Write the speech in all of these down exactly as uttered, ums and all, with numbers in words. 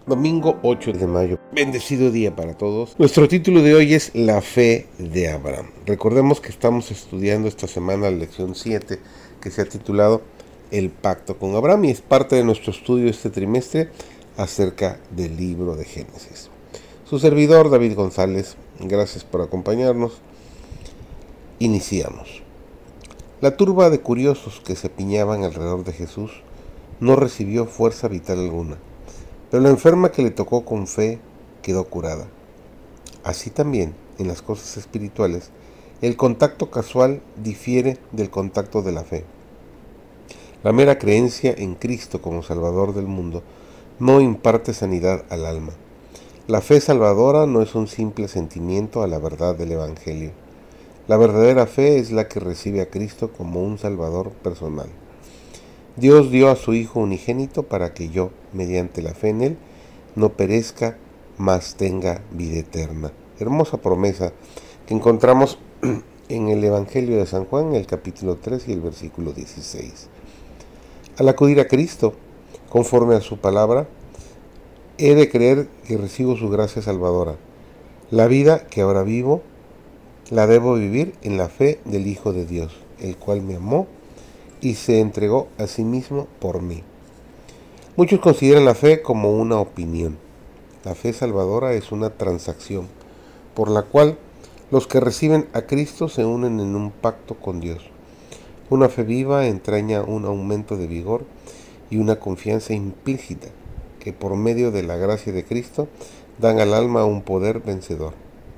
Domingo ocho de mayo. Bendecido día para todos. Nuestro título de hoy es La fe de Abraham. Recordemos que estamos estudiando esta semana la lección siete, que se ha titulado El pacto con Abraham, y es parte de nuestro estudio este trimestre acerca del libro de Génesis. Su servidor David González, gracias por acompañarnos. Iniciamos. La turba de curiosos que se apiñaban alrededor de Jesús no recibió fuerza vital alguna, pero la enferma que le tocó con fe quedó curada. Así también, en las cosas espirituales, el contacto casual difiere del contacto de la fe. La mera creencia en Cristo como Salvador del mundo no imparte sanidad al alma. La fe salvadora no es un simple sentimiento a la verdad del Evangelio. La verdadera fe es la que recibe a Cristo como un Salvador personal. Dios dio a su Hijo unigénito para que yo, mediante la fe en Él, no perezca, mas tenga vida eterna. Hermosa promesa que encontramos en el Evangelio de San Juan, el capítulo tres y el versículo dieciséis. Al acudir a Cristo, conforme a su palabra, he de creer que recibo su gracia salvadora. La vida que ahora vivo, la debo vivir en la fe del Hijo de Dios, el cual me amó y se entregó a sí mismo por mí. Muchos consideran la fe como una opinión. La fe salvadora es una transacción, por la cual los que reciben a Cristo se unen en un pacto con Dios. Una fe viva entraña un aumento de vigor y una confianza implícita que por medio de la gracia de Cristo dan al alma un poder vencedor.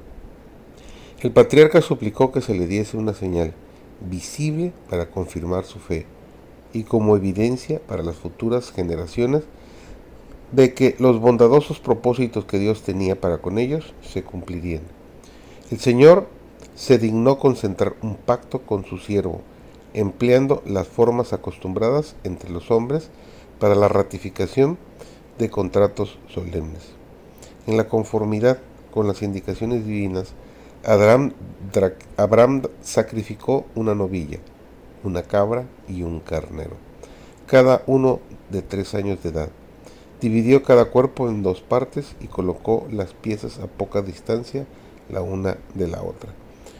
El patriarca suplicó que se le diese una señal visible para confirmar su fe y como evidencia para las futuras generaciones de que los bondadosos propósitos que Dios tenía para con ellos se cumplirían. El Señor se dignó concentrar un pacto con su siervo, empleando las formas acostumbradas entre los hombres para la ratificación de contratos solemnes. En la conformidad con las indicaciones divinas, Abraham, Abraham sacrificó una novilla, una cabra y un carnero, cada uno de tres años de edad. Dividió cada cuerpo en dos partes y colocó las piezas a poca distancia la una de la otra.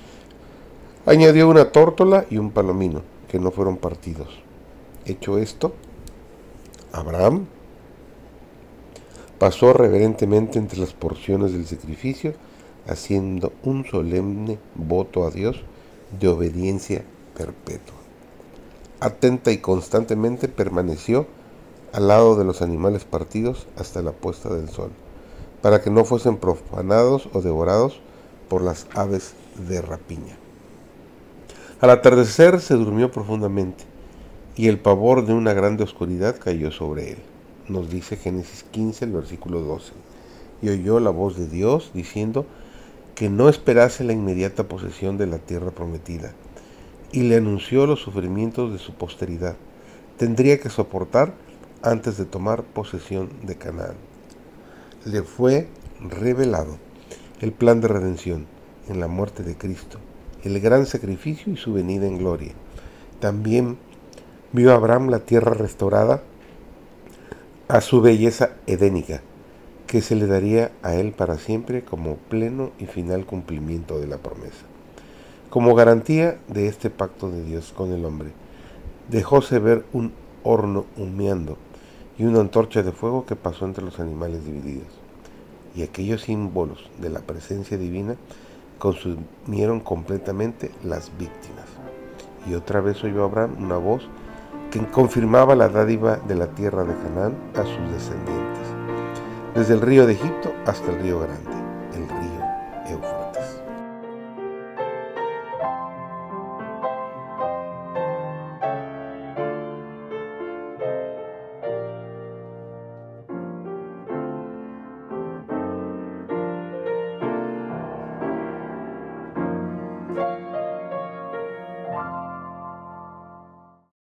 Añadió una tórtola y un palomino, que no fueron partidos. Hecho esto, Abraham pasó reverentemente entre las porciones del sacrificio, haciendo un solemne voto a Dios de obediencia perpetua. Atenta y constantemente permaneció al lado de los animales partidos hasta la puesta del sol, para que no fuesen profanados o devorados por las aves de rapiña. Al atardecer se durmió profundamente, y el pavor de una grande oscuridad cayó sobre él. Nos dice Génesis quince, el versículo doce. Y oyó la voz de Dios diciendo que no esperase la inmediata posesión de la tierra prometida, y le anunció los sufrimientos de su posteridad. Tendría que soportar antes de tomar posesión de Canaán. Le fue revelado el plan de redención en la muerte de Cristo, el gran sacrificio y su venida en gloria. También vio Abraham la tierra restaurada a su belleza edénica, que se le daría a él para siempre como pleno y final cumplimiento de la promesa. Como garantía de este pacto de Dios con el hombre, dejóse ver un horno humeando y una antorcha de fuego que pasó entre los animales divididos. Y aquellos símbolos de la presencia divina consumieron completamente las víctimas. Y otra vez oyó Abraham una voz que confirmaba la dádiva de la tierra de Canaán a sus descendientes, desde el río de Egipto hasta el río Grande.